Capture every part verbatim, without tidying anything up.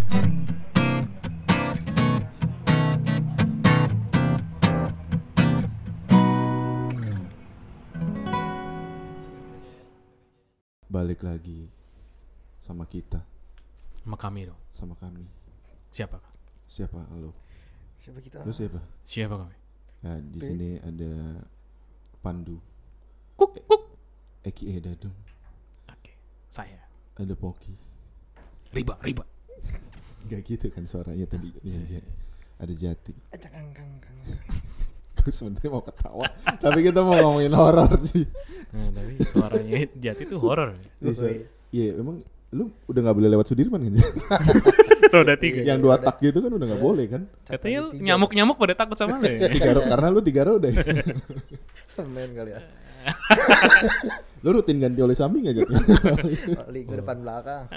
Balik lagi sama kita. Sama kami dong. Sama kami. Siapa? Siapa lo? Siapa kita? Lo siapa? Siapa kami? Ya, di Oke. sini ada Pandu. Kuk kuk. Eki Dadung. Oke. Saya. Ada Poki. Riba, riba. Gak gitu kan suaranya tadi. Ya, ya. Ada Jati. Acak angkang kang. Gue sebenarnya mau ketawa, tapi kita mau ngomongin horor sih. Nah, tapi suaranya Jati tuh horor. Iya, iya, emang lu udah nggak boleh lewat Sudirman kan? Roda tiga. Yang dua tak gitu kan udah nggak boleh kan? Katanya nyamuk-nyamuk pada takut sama lu ya. Tiga ro- karena lu tiga roda. Semen kali ya. Lu rutin ganti oli samping aja. Oli gue depan belakang.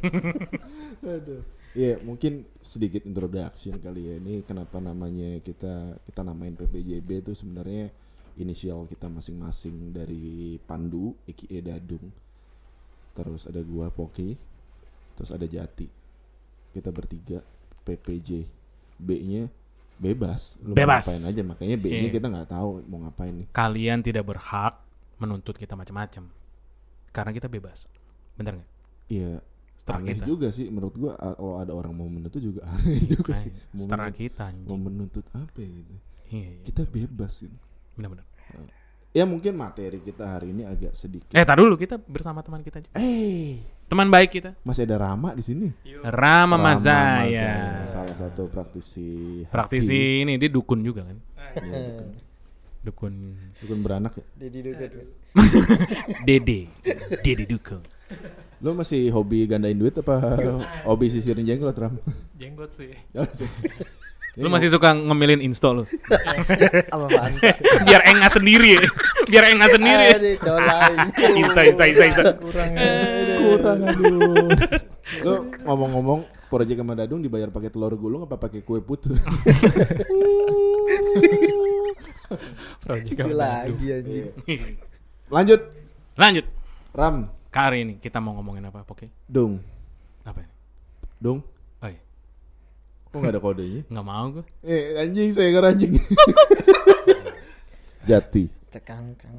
Aduh. Iya, mungkin sedikit introduction kali ya. Ini kenapa namanya kita kita namain P P J B itu sebenarnya inisial kita masing-masing dari Pandu, Eki Dadung. Terus ada gua Poki, terus ada Jati. Kita bertiga P P J. B-nya bebas. Lu Bebas. mau ngapain aja, makanya B-nya Iya. kita nggak tahu mau ngapain nih. Kalian tidak berhak menuntut kita macam-macam. Karena kita bebas. Bener enggak? Iya. Setelah Aneh kita. juga sih menurut gua a- kalau ada orang mau menuntut juga aneh juga sih. Mau Setelah menuntut- kita anjing. mau menuntut apa ya gitu. Iya, iya. Kita bebas gitu. Benar-benar. Ya mungkin materi kita hari ini agak sedikit. Eh, tar dulu kita bersama teman kita aja. Eh, Teman baik kita. masih ada Rama di sini. Rama Rama Mazaya. Mazaya, salah satu praktisi. Praktisi ini dia dukun juga kan. haki. Iya, dukun. Dukun Dukun beranak ya. Dedi Duga. Dede. Dede dukun. Lo masih hobi gandain duit apa hobi sisirin jenggot, Ram? Jenggot sih. Lu masih suka ngemilin insto lu. Sama mantap. Biar enggak sendiri. Biar enggak sendiri. Aduh, colai. Insta insta insta insta. Kurang. Kurang aduh. Lo ngomong-ngomong proyek sama Dadung dibayar pakai telur gulung apa pakai kue putu? Project Itu lagi anjing. Lanjut, Lanjut. Ram, Kali ini kita mau ngomongin apa, Oke? Dung, Apa ini? Dung. Oh iya. Kok nggak ada kodenya? Nggak mau gue. Eh anjing, saya nggak anjing. Jati. Cekangkang.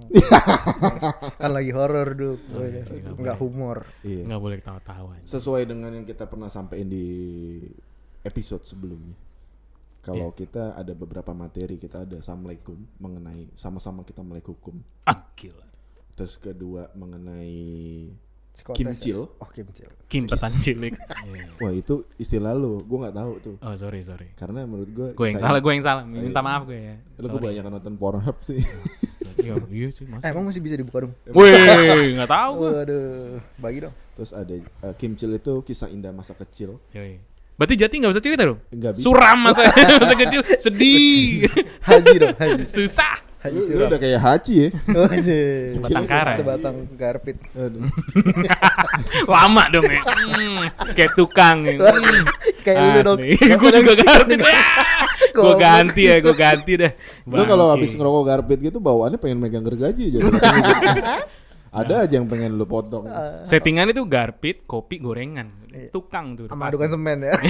Kan lagi horor Duk. Oh, iya, iya, Enggak humor. Iya. Nggak boleh ketawa-tawa. Sesuai dengan yang kita pernah sampaikan di episode sebelumnya. Kalau kita ada beberapa materi, kita ada Assalamualaikum mengenai sama-sama kita melek hukum. Ah, gila. Terus kedua mengenai Psikotes kimcil. ya? Oh, kimcil. Kimpetan cilik. Iya. Wah itu istilah lu, gue nggak tahu tuh. Oh, sorry, sorry. Karena menurut gue Gue yang salah, gue yang salah. Minta maaf gue ya. Lu kebanyakan nonton Pornhub sih. Iya, iya sih, Eh, masih. emang masih bisa dibuka dong? Wih, nggak tahu gue. Waduh, bagi dong. Terus ada uh, kimcil itu kisah indah masa kecil. Yoi. Berarti Jati nggak bisa cerita dong? Nggak bisa. Suram masa masa kecil, sedih, Haji dong, haji. susah. Haji Lu, lu suram. udah kayak Haji ya. Waduh. Sebatang kara. Sebatang garpit. Aduh. Lama dong ya. Hmm, kayak tukang. Ya. Hmm. Kayak lu dong. Gue juga ganti. Gue Goblok. ganti ya, gue ganti deh. Lu kalau Bangke. habis ngerokok garpit gitu bawaannya pengen megang gergaji aja. Ada aja yang pengen lu potong. Settingan itu garpit, kopi, gorengan. Tukang tuh. udah Sama pasti. adukan semen ya.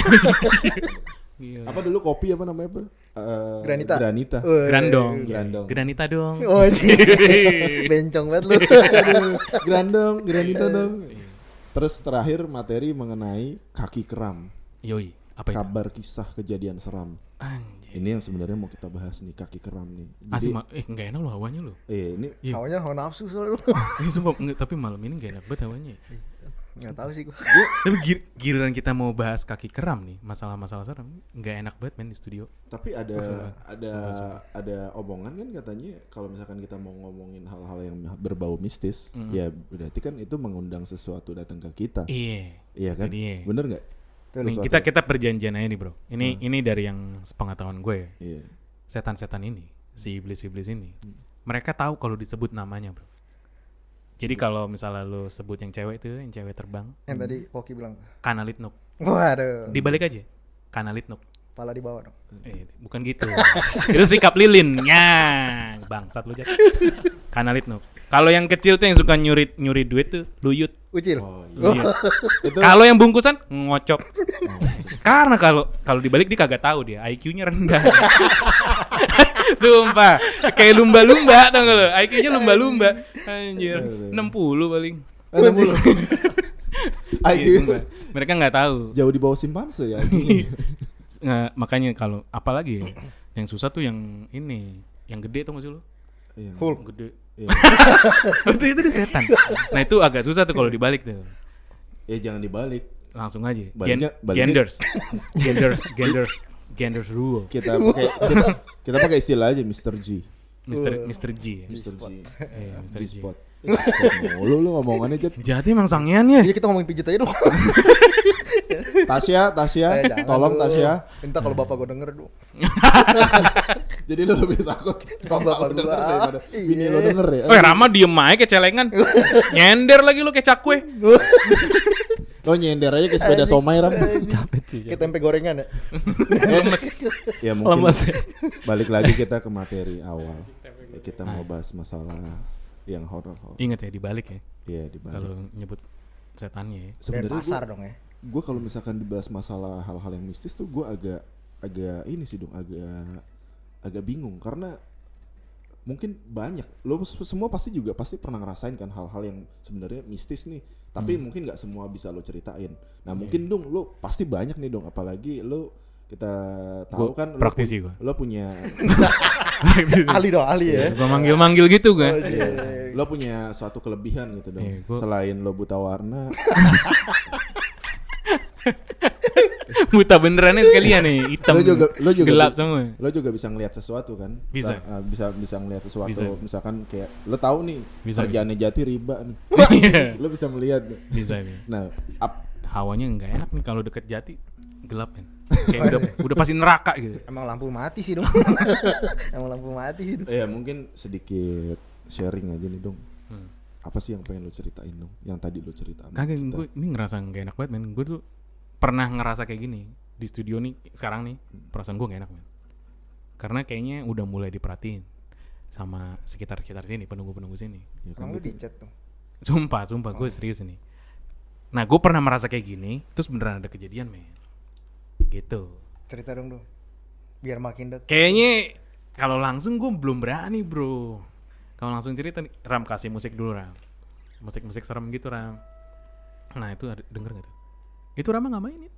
Gila. Apa dulu kopi apa namanya apa? Uh, Granita. Granita. Waduh. Grandong. Grandong. Granita dong. Oh, anjing. Bencong banget lu. Grandong, Granita dong. Terus terakhir materi mengenai kaki keram. Yoi, apa itu? Kabar kisah kejadian seram. Anjir. Ini yang sebenarnya mau kita bahas nih, kaki keram nih. Asli, Jadi ma- eh enggak enak lu hawanya lu. eh ini Iya. Awalnya hawa nafsu soalnya lu. Eh sumpah, enggak, tapi malam ini enggak enak banget hawanya. Enggak tahu sih gua. Tapi gir- giliran kita mau bahas kaki keram nih, masalah-masalah seram, enggak enak banget main di studio. tapi ada ada ada omongan kan katanya kalau misalkan kita mau ngomongin hal-hal yang berbau mistis, Mm. ya berarti kan itu mengundang sesuatu datang ke kita. Iya. Iya kan? dia. Bener nggak? Nih, Sesuatu- kita kita perjanjian aja nih, Bro. Ini Hmm. ini dari yang sepengetahuan gue ya. Iya. Setan-setan ini, si iblis-iblis ini. Hmm. Mereka tahu kalau disebut namanya, Bro. Jadi kalau misalnya lu sebut yang cewek itu, yang cewek terbang, Yang tadi Poki bilang. Kanalitnuk. Waduh. Dibalik aja. Kanalitnuk. Pala di bawah dong. Eh, bukan gitu. Itu sikap lilin. Ya, bangsat lu Jat. Kanalitnuk. Kalau yang kecil tuh yang suka nyuri nyuri duit tuh luyut. Ucil. Oh iya. Itu Kalau yang bungkusan ngocok. Karena kalau kalau dibalik dia kagak tahu dia I Q-nya rendah. Sumpah, kayak lumba-lumba tau gak lo? I Q-nya lumba-lumba. Anjir, enam puluh paling. enam puluh. I Q Iya, sumpah. Mereka nggak tahu. jauh di bawah simpanse ya I Q-nya. Nggak, makanya kalau apalagi ya, yang susah tuh yang ini, yang gede tuh nggak sih lo? Iya. Hulk. Gede. Iya. itu itu dia setan. Nah itu agak susah tuh kalau dibalik tuh. Ya jangan dibalik. Langsung aja. Gen- Baliknya- baliknya- genders, genders, genders, genders rule. Kita pakai kita, kita pakai istilah aja mister G. Mister Mister G. Ya? mister G. Eh, Mister G. G-spot. Eh, G-spot mulu lu ngomongannya Jet. Jadi emang sangeannya. Iya kita ngomongin pijet aja dong. Tasya, Tasya, Eh, jangan tolong lu. Tasya. Entah kalau bapak gue denger dong. Jadi lu lebih takut bapak Bapak lu denger gua. daripada Iya. bini lu denger ya. Oh Rama diem aja kayak celengan. Nyender lagi lu kayak cakwe. Lo nyender aja ke sepeda somai Ram. Capek sih. Kayak tempe gorengan ya. Lemes. Ya mungkin Lemas ya. balik lagi kita ke materi awal. Ya, kita mau bahas masalah yang horor-horor. Ingat ya dibalik ya. Iya dibalik. Kalau nyebut setannya ya. Sebenarnya pasar gue, dong ya. gue kalau misalkan dibahas masalah hal-hal yang mistis tuh gue agak agak ini sih dong agak agak bingung karena mungkin banyak lo s- semua pasti juga pasti pernah ngerasain kan hal-hal yang sebenarnya mistis nih tapi mungkin nggak semua bisa lo ceritain. Nah mungkin dong lo pasti banyak nih dong apalagi lo kita tahu Gua kan lo, praktisi pu- gua. lo punya Ali dong, Ali ya. Gua manggil-manggil gitu Oh, kan. iya. lo punya suatu kelebihan gitu dong. Iya, gua- Selain lo buta warna, Buta benerannya sekalian nih, hitam. lo juga lo juga gelap bi- semua. lo juga bisa ngelihat sesuatu kan. Bisa. Sa- uh, bisa bisa ngelihat sesuatu. Bisa. Misalkan kayak lo tahu nih Bisa, kerjaannya Jati riba nih. Iya. Lo bisa melihat. Bisa nih. Nah, ap, Hawanya nggak enak nih kalau deket Jati, gelap kan. Kayak udah udah pasti neraka gitu. Emang lampu mati sih dong. Emang lampu mati sih dong. ya mungkin sedikit sharing aja nih dong. Hmm. Apa sih yang pengen lo ceritain dong? Yang tadi lo cerita sama Kagak, kita. gue ini ngerasa nggak enak banget men. Gue tuh pernah ngerasa kayak gini di studio nih sekarang nih. Perasaan gue nggak enak men. Karena kayaknya udah mulai diperhatiin sama sekitar-sekitar sini, penunggu-penunggu sini. Ya kan Emang lu gitu. dicet tuh. Sumpah, sumpah gue serius ini. Nah, gue pernah merasa kayak gini, terus beneran ada kejadian men. Gitu. Cerita dong dong. Biar makin deket. Kayaknya kalau langsung gue belum berani bro. Kalau langsung cerita nih, Ram kasih musik dulu Ram. Musik-musik serem gitu Ram. Nah itu ada, denger gak tuh? Itu Rama nggak mainin?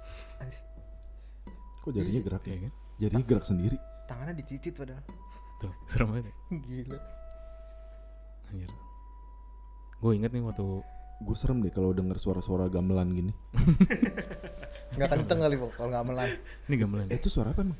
Kok jarinya gerak? Iya Ya? kan? Jarinya gerak sendiri. Tangannya dititit padahal. Tuh serem banget. Gila. Anjir. Gue inget nih waktu Gue serem deh kalau denger suara-suara gamelan gini. Enggak kenceng kali Pok, kalau enggak melan. ini gamelan. Eh itu suara apa emang?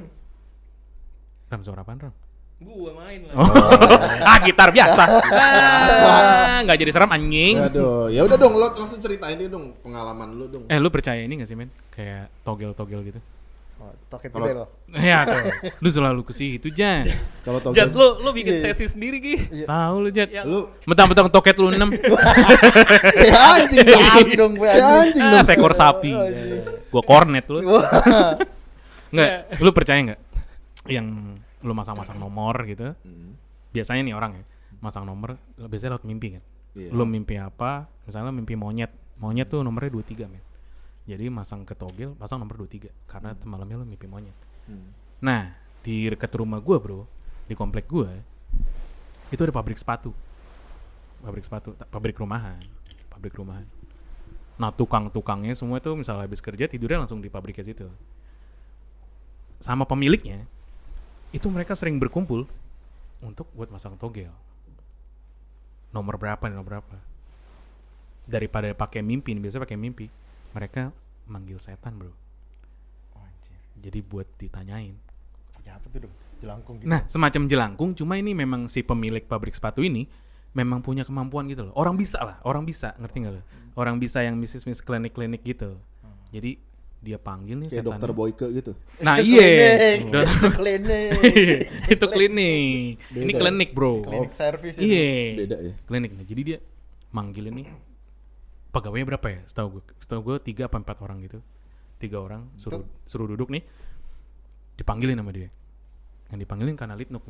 Ram suara apaan Ram? Gua main lah. Oh. ah gitar biasa. Ah, nggak jadi serem anjing. Aduh, ya udah dong lo langsung ceritain deh dong pengalaman lo dong. Eh lu percaya ini gak sih men? Kayak togel-togel gitu. Oh, toket Kalau- gede loh. Ya tuh. Lu selalu ke situ Jan. Kalau tau Jat lu lu bikin Iya. sesi sendiri Gi. Tahu lu Jat. Ya, lu Mentang-mentang toket lu enam. kayak anjing dong. Sapi dong gue Kayak anjing. anjing Ah, dong. seekor sapi. Oh, iya. Gua kornet lu. Wah. Enggak, lu percaya enggak? Yang lu masang-masang nomor gitu. Hmm, Biasanya nih orang ya, masang nomor biasanya lewat mimpi kan. iya. Lu mimpi apa? Misalnya mimpi monyet. Monyet tuh nomornya dua puluh tiga men. Jadi masang ke togel, pasang nomor dua puluh tiga karena malamnya lu mimpi monyet. Hmm. Nah, di dekat rumah gua, Bro, di komplek gua itu ada pabrik sepatu. Pabrik sepatu, ta- pabrik rumahan, pabrik rumahan. Nah, tukang-tukangnya semua tuh misalnya habis kerja tidurnya langsung di pabriknya situ. Sama pemiliknya itu mereka sering berkumpul untuk buat masang togel. Nomor berapa nih, nomor berapa? Daripada pakai mimpi, nih, biasanya pakai mimpi. Mereka manggil setan, Bro. Oh, anjir. Jadi buat ditanyain. Ya apa tuh dong? Jelangkung gitu. Nah, semacam jelangkung, cuma ini memang si pemilik pabrik sepatu ini memang punya kemampuan gitu loh. Orang bisa lah, orang bisa, ngerti nggak lo? Orang bisa yang misis-misis klinik-klinik gitu. Jadi dia panggil nih Kayak setannya. dokter Boyke gitu. Nah Itu iya, klinik. Dok- Itu klinik. itu klinik. Ini Beda. klinik bro. Klinik service itu. Iya, Beda ya. klinik. Nah, jadi dia manggilin nih pegawainya berapa ya? Setahu gue, setahu gue tiga apa empat orang gitu. Tiga orang suruh suruh duduk nih, dipanggilin sama dia. Yang dipanggilin karena litnuk loh.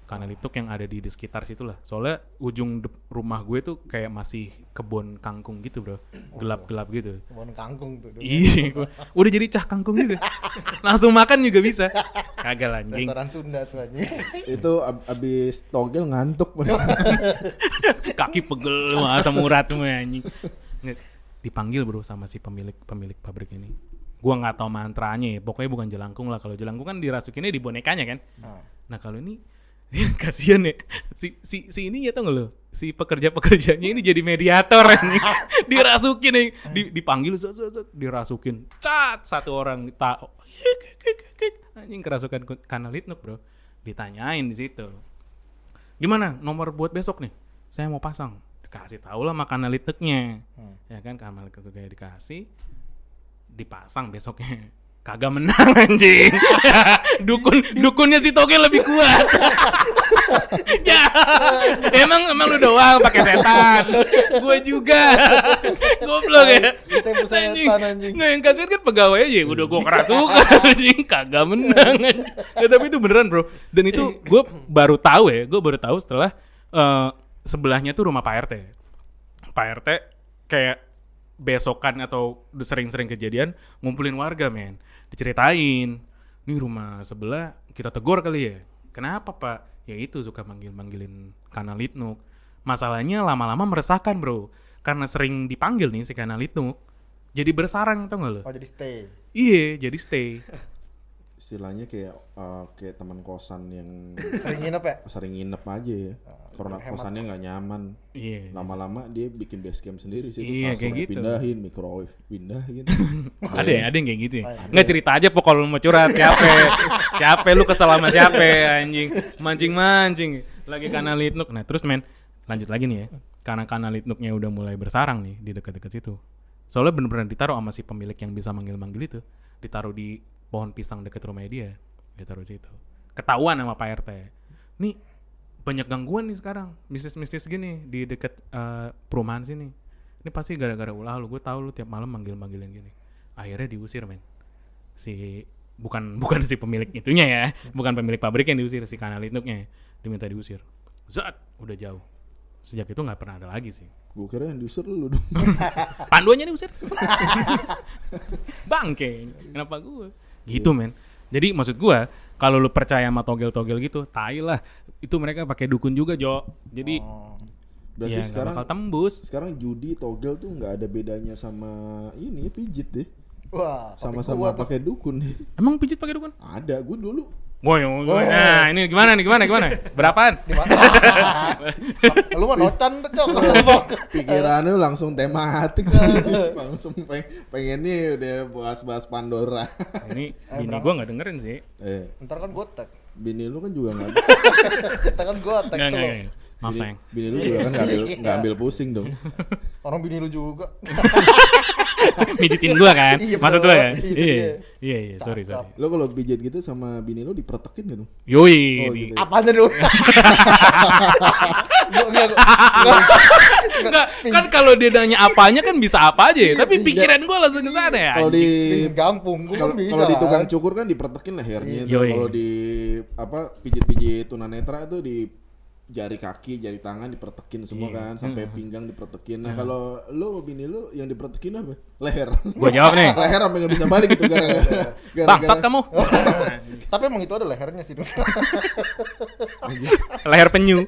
kanal lituk yang ada di, di sekitar situ lah. Soalnya ujung de- rumah gue tuh kayak masih kebun kangkung gitu bro, gelap-gelap gitu. Kebun kangkung tuh. Iya, gua- udah jadi cah kangkung gitu. Langsung makan juga bisa. Kagak lah, anjing. Restoran Sunda tuh anjing. Itu ab- abis togel ngantuk. Kaki pegel, asam urat semua anjing. Nggak, dipanggil bro sama si pemilik pemilik pabrik ini. Gua nggak tahu mantranya ya, pokoknya bukan jelangkung lah. Kalau jelangkung kan dirasukinnya di bonekanya kan. Ah. Nah kalau ini kasihan ya si si si ini ya tau gak lo, si pekerja-pekerjanya ini jadi mediator anjing. Dirasukin nih, di, dipanggil zat, zat, zat, dirasukin, cat satu orang tak anjing kerasukan kanal lituk bro. Ditanyain di situ, gimana nomor buat besok nih? Saya mau pasang. Dikasih tahu lah makanan lituknya, hmm. ya kan kanal lituk kayak dikasih, dipasang besoknya. Kagak menang anjing. Dukun dukunnya si Toge lebih kuat. Ya. Emang emang lu doang pakai setan. Gua juga. Goblok ya. Kita yang Anjing. setan anjing. Nggak yang kasihan kan pegawai aja. Udah gua kerasukan anjing, kagak menang. Ya, tapi itu beneran, Bro. Dan itu gua baru tahu ya, gua baru tahu setelah uh, sebelahnya tuh rumah Pak R T. Pak R T kayak besokan atau sering-sering kejadian ngumpulin warga men, diceritain nih rumah sebelah kita tegur kali ya, kenapa pak? Ya itu suka manggil-manggilin kanal lituk. Masalahnya lama-lama meresahkan bro, karena sering dipanggil nih si kanal lituk jadi bersarang, tau gak lo? Oh jadi stay. Iya jadi stay. Istilahnya kayak uh, kayak teman kosan yang Sering nginep ya? sering nginep aja ya. Karena kosannya nggak nyaman. Iya. Lama-lama dia bikin base camp sendiri sih. Iya, Kasur kayak gitu. pindahin, microwave pindahin. Ada ya, ada yang kayak gitu ya. Ada. Nggak, cerita aja pokok lu mau curhat siapa? Siapa lu kesel sama siapa anjing? Mancing-mancing. Lagi kanal lituk. Nah, terus men, lanjut lagi nih ya. Karena kanal lituknya udah mulai bersarang nih di dekat-dekat situ. Soalnya bener-bener ditaruh sama si pemilik yang bisa manggil-manggil itu, ditaruh di pohon pisang dekat rumah dia. Ditaruh situ. Ketahuan sama Pak R T. Nih banyak gangguan nih sekarang, mistis-mistis gini di dekat uh, perumahan sini. Ini pasti gara-gara ulah lu, gue tahu lu tiap malam manggil-manggil yang gini. Akhirnya diusir men. Si bukan bukan si pemilik itunya ya, bukan pemilik pabrik yang diusir, si kanal lituknya diminta diusir. Zat, udah jauh. Sejak itu nggak pernah ada lagi sih. Gue kira yang diusir lu dong. Panduannya diusir. Bangke, kenapa gue? Gitu men. Jadi maksud gue, kalau lu percaya sama togel-togel gitu, tai lah. Itu mereka pakai dukun juga, Jo. Jadi Oh. Berarti ya, sekarang nggak bakal tembus. sekarang judi togel tuh nggak ada bedanya sama ini ya, pijit deh. Wah, Sama-sama pakai dukun deh. Emang pijit pakai dukun? Ada, gue dulu. Woi, woi, nah ini gimana nih, gimana, gimana? Berapaan? Di mana? Lu mah nocan tuh, Cok. Pikiran lu langsung tematik sih. Langsung pengen, pengen nih udah bahas-bahas Pandora. Ini bini gue nggak dengerin sih. Eh, Ntar kan gue tag. bini lu kan juga nggak Ntar kan gue tag Nggak, nggak, selo. nggak. Maaf bini, sayang. bini lu juga kan nggak ambil nggak ambil pusing dong. Orang bini lu juga. Mijitin gue kan? Iya, Maksud bro. lo ya? Iya. Iya, iya, iya, sorry, sorry. Lu kalau pijit gitu sama bini lu dipretekin gak dong? Yoi, Oh, di- gitu ya. Apaan tuh? Gua enggak Enggak, kan kalau dia nanya apanya kan bisa apa aja ya. Tapi pikiran gue langsung ke sana ya. Kalau di di gampung gua kalau kan bisa. kalau di tukang cukur kan dipretekin lehernya tuh. Yoi. Kalau di apa pijit-pijit tunanetra tuh di jari kaki, jari tangan dipretekin semua Iya. kan, sampai Heeh. pinggang dipretekin. Nah, kalau lu bini lu yang dipretekin apa? Leher. Gue jawab nih. Leher sampai nggak bisa balik gitu gara-gara. Bangsat kamu. Tapi emang itu ada lehernya sih. Leher penyu.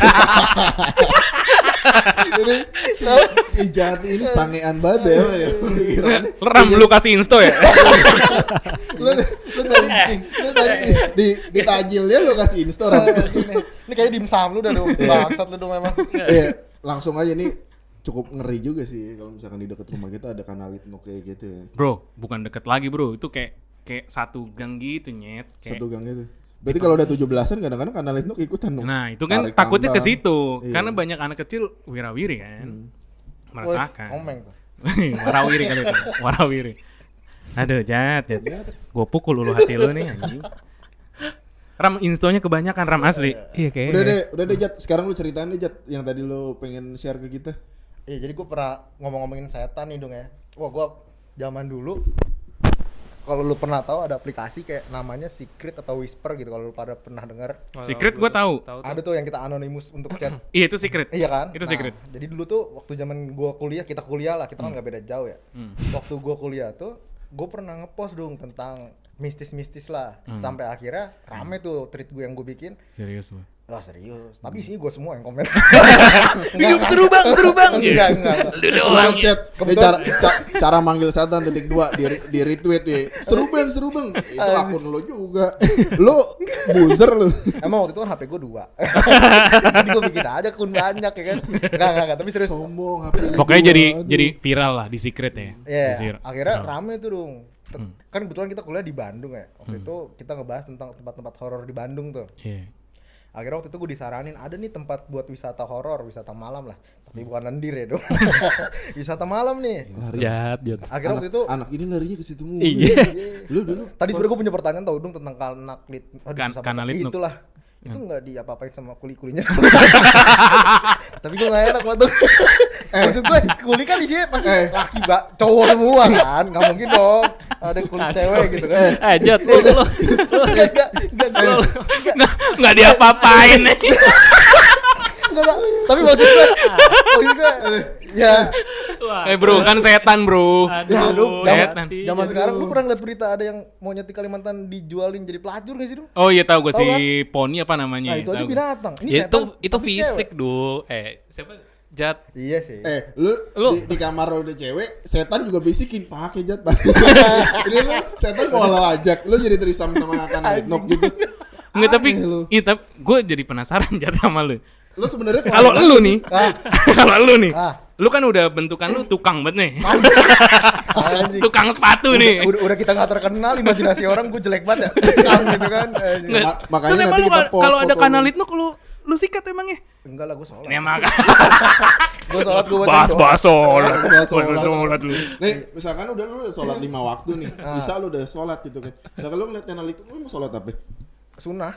Jadi si, si Jati ini sangean banget ya, ya pikirannya. Ram lu kasih insto ya? Lu, lu tadi, lu tadi di di tajilnya lu kasih instagram. Ini kayak dimsum lu udah dong. Bangsat lu dong memang. Iya, langsung aja nih cukup ngeri juga sih kalau misalkan di dekat rumah kita ada kanal lituk kayak gitu ya. Bro, bukan deket lagi bro. Itu kayak kayak satu gang gitu nyet. Kayak, Satu gang itu. Berarti kalau udah tujuh belasan kadang-kadang kanal lituk ikutan dong. nah itu kan Tarik takutnya ke tambang. situ. Iya. Karena banyak anak kecil wirawiri kan. Merasakan. Komeng tuh. Warawiri kali itu. Warawiri. Aduh, Jat, Jat. Gue pukul ulu hati lu nih anjing. Ram instonya kebanyakan Ram asli. Iya kayak. Udah deh, udah deh Jat. Sekarang lu ceritain deh Jat yang tadi lu pengen share ke kita. Iya, jadi gue pernah ngomong-ngomongin setan nih dong ya. Wah, gue zaman dulu kalau lu pernah tahu ada aplikasi kayak namanya Secret atau Whisper gitu kalau lu pada pernah dengar. Secret gue tahu. Ada tuh yang kita anonymous untuk chat. Iya itu secret. Iya kan? Itu Nah, secret. Jadi dulu tuh waktu zaman gua kuliah, kita kuliah lah, kita kan nggak beda jauh ya. Hmm. Waktu gua kuliah tuh, gua pernah ngepost dong tentang mistis-mistis lah. Hmm. Sampai akhirnya rame tuh tweet gue yang gue bikin. Serius lu. Wah serius, tapi isinya gue semua yang komen. Seru bang, seru bang. Enggak, enggak. Ulang chat. Ini cara ca- cara manggil setan titik dua di, di retweet nih. Seru bang, seru bang. Itu akun lo juga. Lo buzzer lo. Emang waktu itu kan H P gue dua. Jadi gue bikin aja akun banyak ya kan. Enggak, enggak, enggak, tapi serius. Sombong H P. Pokoknya dua, jadi aduh. jadi viral lah di secret ya. Iya, Di Secret. akhirnya Viral. rame tuh dong. T- Hmm. Kan kebetulan kita kuliah di Bandung ya. Waktu itu kita ngebahas tentang tempat-tempat horor di Bandung tuh. Iya. Akhirnya waktu itu gue disaranin ada nih tempat buat wisata horor, wisata malam lah. Tapi bukan lendir ya dong. Wisata malam nih. Jahat, jahat. Akhirnya waktu itu Anak ini larinya ke situ mulu. Iya. Lu dulu. tadi sebenarnya gue punya pertanyaan tau dong tentang kanaklit. Aduh, Kan- susah kanalit banget. nuk. Itulah. Itu nggak diapa-apain sama kuli-kulinya. Tapi gue nggak enak waktu. Maksud gue kuli kan di sini pasti Eh. laki mbak cowok semua kan, nggak mungkin dong ada kuli cewek gitu kan. Eh, Jat, lu lu. Enggak, enggak, enggak, enggak, Nggak nggak diapa-apain. enggak, enggak. Tapi waktu itu, waktu itu ya Eh bro, kan setan bro. Aduh, setan. mati. zaman sekarang lu pernah ngeliat berita ada yang monyet di Kalimantan dijualin jadi pelacur nggak sih dong? Oh iya tahu gue Tahu si kan? Poni apa namanya? Nah itu aja Tahu gua. binatang. Ini Ya, itu setan, itu tapi fisik, cewek. Du. Eh, siapa? Jat. Iya sih. Eh, lu, Lu- di, di kamar lo udah cewek, setan juga bisikin pakai jat pak. Ini lu setan mau lo ajak, lu jadi terisam sama kanan nok gitu. Enggak tapi, Aneh lu. iya tapi gue jadi penasaran Jat sama lu. Lu sebenarnya Kalau lu nih, Ah, kalau lu nih, ah. lu kan udah bentukan lu tukang banget nih. Anjing. Tukang sepatu nih. Udah, udah kita nggak terkenal, imajinasi orang gue jelek banget ya. Tukang gitu kan. Anjing. Nggak. Ma- makanya Terus nanti emang lu kita kalau- post kalau ada foto kanal lu. itu lu lu sikat emangnya? Enggak lah, gue sholat. Nih maka Gue sholat, gue baca bahas doa. bahas sholat, Bahas sholat. bahas sholat lu. Nih, misalkan udah lu udah sholat lima waktu nih, Ah. bisa lu udah sholat gitu kan. Nah kalau ngeliat kanal itu, lu mau sholat apa? Sunnah.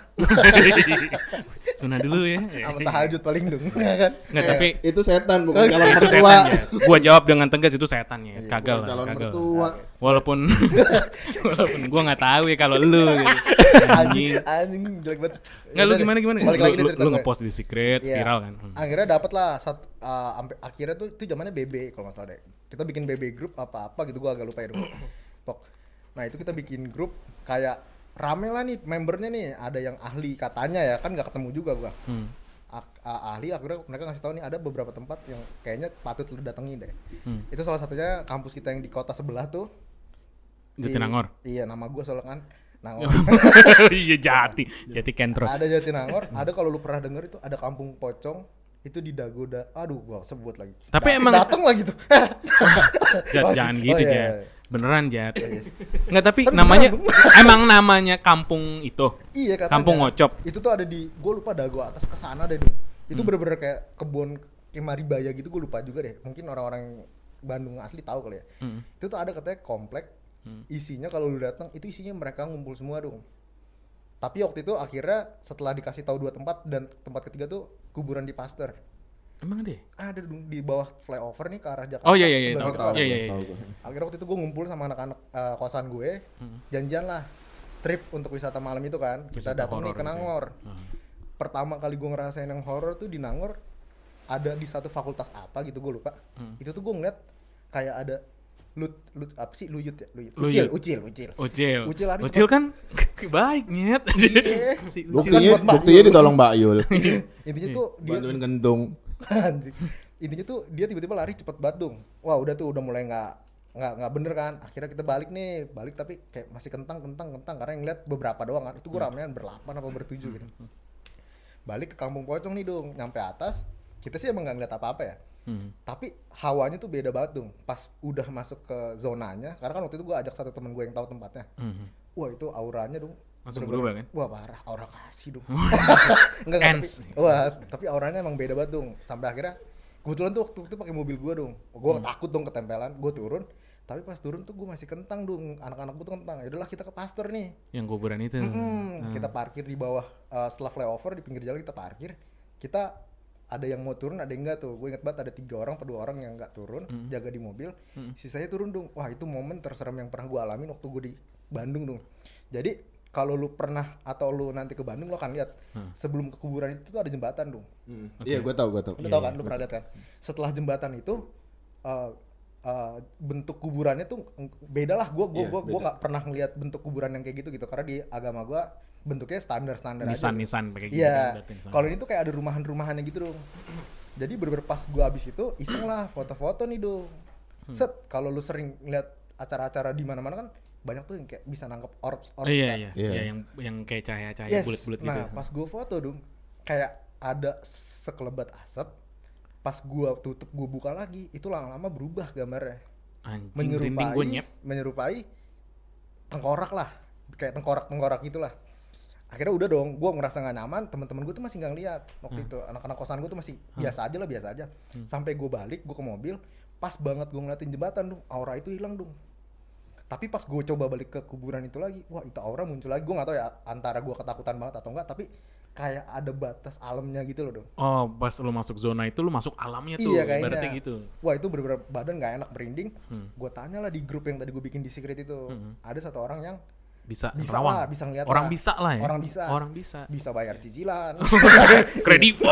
Sunah dulu ya. Sama tahajud paling dong. Ya kan? Nggak tapi Itu setan bukan calon itu mertua. setan ya. Gua jawab dengan tegas itu setan ya. Bukan Kagak lah, calon kagak. mertua. Walaupun walaupun gua nggak tahu ya kalau lu gitu. Anjing, anjing jelek banget. Nggak lu Udah gimana deh, gimana? Balik Lu, lagi nih lu, cerita lu gue. ngepost di secret Iya. viral kan. Hmm. Akhirnya dapat lah saat uh, ampe- akhirnya tuh itu zamannya B B kalau nggak salah deh. Kita bikin B B group apa-apa gitu, gua agak lupa ya dulu. Pok. Nah, itu kita bikin grup kayak rame lah nih membernya nih, ada yang ahli katanya ya, kan nggak ketemu juga gua. Hmm. A- a- ahli akhirnya mereka ngasih tahu nih ada beberapa tempat yang kayaknya patut lu datengin deh. Hmm. Itu salah satunya kampus kita yang di kota sebelah tuh. Di- Jatinangor. Iya, nama gua soalnya kan Nangor. Iya Jati, Jati Kentros. Ada Jatinangor, ada kalau lu pernah denger itu ada Kampung Pocong itu di Dagoda. Aduh, gua sebut lagi. Tapi Da- emang- dateng lagi tuh. Jat, Oh, jangan oh, gitu iya, Jat. iya. Beneran Jat. Iya. Nggak tapi Tapi namanya beneran, emang namanya kampung itu. Iya katanya. Kampung Ngocop. Itu tuh ada di, gua lupa Dago atas ke sana deh dong. Itu Hmm. bener-bener kayak kebun Kemaribaya gitu, gua lupa juga deh. Mungkin orang-orang Bandung asli tahu kali ya. Hmm. Itu tuh ada katanya komplek. Hmm. Isinya kalau lu datang itu isinya mereka ngumpul semua dong. Tapi waktu itu akhirnya setelah dikasih tahu dua tempat dan tempat ketiga tuh kuburan di Pasteur. Emang deh. Ada dong di bawah flyover nih ke arah Jakarta. Oh iya iya iya. sebelah Tahu Tahu, depan. tahu. Iya iya. tahu iya. gua. Akhirnya waktu itu gue ngumpul sama anak-anak uh, kosan gue, Hmm. janjian lah trip untuk wisata malam itu kan. Kita Wisata datang nih horor ke gitu ya. Nangor. Hmm. Pertama kali gue ngerasain yang horor tuh di Nangor, ada di satu fakultas apa gitu gue lupa. Hmm. Itu tuh gue ngeliat kayak ada lut lut apa sih luyut ya luyut Luyut. ucil ucil ucil Ucil. Ucil lari Ucil kan baik nyet. Iya. Si Ucil. Buktinya, buat Mbak buktinya Yul. ditolong Mbak Yul. intinya tuh dia Bantuin kentung. Anjing. Intinya tuh dia tiba-tiba lari cepet banget dong. Wah udah tuh udah mulai nggak nggak nggak bener kan. Akhirnya kita balik nih, balik tapi kayak masih kentang kentang kentang karena yang lihat beberapa doang kan. Itu gue ramean berlapan apa bertujuh gitu. Balik ke Kampung Pocong nih dong, nyampe atas kita sih emang nggak ngeliat apa-apa ya. Hmm. Tapi hawanya tuh beda banget dong. Pas udah masuk ke zonanya, karena kan waktu itu gue ajak satu temen gue yang tahu tempatnya. Hmm. Wah itu auranya dong. Langsung bener-bener- berubah kan? Wah parah, aura kasih dong. Enggak, enggak, Ends. tapi, wah, tapi auranya emang beda banget dong. Sampai akhirnya kebetulan tuh waktu itu pakai mobil gua dong. Gua Hmm. takut dong ketempelan, gua turun. Tapi pas turun tuh gua masih kentang dong. Anak-anak gua tuh kentang. Ya udahlah kita ke Pasteur nih. Yang kuburan itu. Mm-mm. Hmm. Kita parkir di bawah uh, setelah flyover di pinggir jalan kita parkir. Kita ada yang mau turun, ada yang enggak tuh. Gue inget banget ada tiga orang, atau dua orang yang enggak turun, Hmm. jaga di mobil. Hmm. Sisanya turun dong. Wah itu momen terseram yang pernah gue alamin waktu gue di Bandung dong. Jadi kalau lu pernah atau lu nanti ke Bandung, lu akan lihat Hmm. sebelum ke kuburan itu tuh ada jembatan dong. Hmm. Oke. Iya, gue tahu, gue tahu. Lu Iya, tau kan, iya, lu pernah lihat kan? Setelah jembatan itu uh, uh, bentuk kuburannya tuh eng- beda lah. Gue gue Iya, gue gue beda. nggak pernah ngeliat bentuk kuburan yang kayak gitu gitu. Karena di agama gue bentuknya standar standar aja. Nisan gitu. nisan kayak gitu kan Iya. berarti nisan. Kalau ini tuh kayak ada rumahan-rumahannya gitu dong. Jadi bener-bener pas gue abis itu iseng lah foto-foto nih dong. Hmm. Set, kalau lu sering ngeliat acara-acara di mana-mana kan banyak tuh yang kayak bisa nangkep orbs orbs Oh, iya kan. iya, Iya. iya yang yang kayak cahaya-cahaya Yes. bulat-bulat gitu. Nah, pas gue foto dong, kayak ada sekelebat asap. Pas gue tutup, gue buka lagi, itu lama-lama berubah gambarnya. Anjing merinding gue nyet. menyerupai tengkorak lah, kayak tengkorak-tengkorak gitulah. Akhirnya udah dong, gue ngerasa nggak nyaman. Teman-teman gue tuh masih nggak ngeliat waktu Hmm. itu. Anak-anak kosan gue tuh masih Hmm. biasa aja lah, biasa aja. Hmm. Sampai gue balik, gue ke mobil, pas banget gue ngeliatin jembatan dong, aura itu hilang dong. Tapi pas gue coba balik ke kuburan itu lagi, wah itu aura muncul lagi. Gue nggak tahu ya antara gue ketakutan banget atau enggak, tapi kayak ada batas alamnya gitu loh dong. Oh, pas lu masuk zona itu lu masuk alamnya tuh. Iya, kayaknya. Ibaratnya gitu. Wah itu bener-bener badan nggak enak, merinding. Hmm. Gue tanya lah di grup yang tadi gue bikin di secret itu, Hmm. ada satu orang yang Bisa, bisa nerawang. lah, bisa ngeliat Orang lah. bisa lah ya. Orang bisa. Orang bisa. bisa bayar cicilan. Kredivo.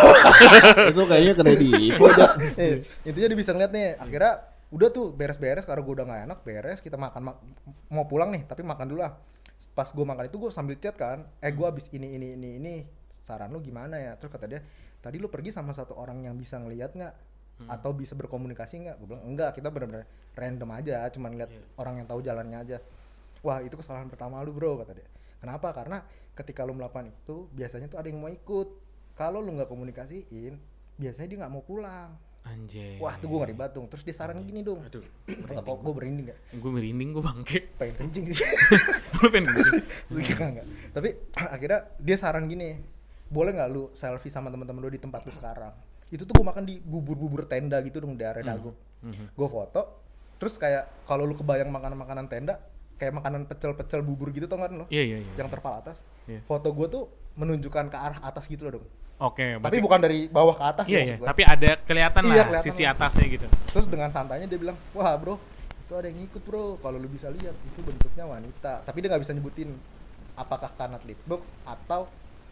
Itu kayaknya kredit. Udah. Eh, intinya dia bisa ngeliat nih. Akhirnya udah tuh beres-beres karena gue udah nggak enak, beres kita makan ma- mau pulang nih tapi makan dulu lah. Pas gue makan itu gue sambil chat kan, eh gue abis ini ini ini ini saran lu gimana ya? Terus kata dia, tadi lu pergi sama satu orang yang bisa ngeliat nggak atau bisa berkomunikasi nggak? Gue bilang enggak, kita benar-benar random aja, cuma ngeliat Iya. orang yang tahu jalannya aja. Wah itu kesalahan pertama lu bro, kata dia. Kenapa? Karena ketika lu melakukan itu biasanya tuh ada yang mau ikut. Kalau lu nggak komunikasiin, biasanya dia nggak mau pulang. Anjay. Wah tuh gue ngeri batung. Terus dia saran gini dong. Aduh. Apa gue merinding gak? Gue merinding gue bangke. Pengen kencing sih. Lu pengen kencing? Enggak, enggak. Tapi akhirnya dia saran gini, boleh nggak lu selfie sama teman-teman lu di tempat lu sekarang? Itu tuh gue makan di bubur-bubur tenda gitu dong di area Dago. Mhm. Gue foto, terus kayak kalau lu kebayang makanan-makanan tenda, kayak makanan pecel-pecel bubur gitu tau kan lo? Iya iya iya. Yang terpal atas. Iya. Foto gue tuh menunjukkan ke arah atas gitu loh dong. Oke, Tapi berarti bukan dari bawah ke atas iya ya iya, maksud gua. tapi ada kelihatan Iya, lah kelihatan sisi lah. atasnya gitu. Terus dengan santainya dia bilang, wah bro, itu ada yang ngikut bro, kalau lu bisa lihat itu bentuknya wanita. Tapi dia nggak bisa nyebutin apakah Kanat Litbuk atau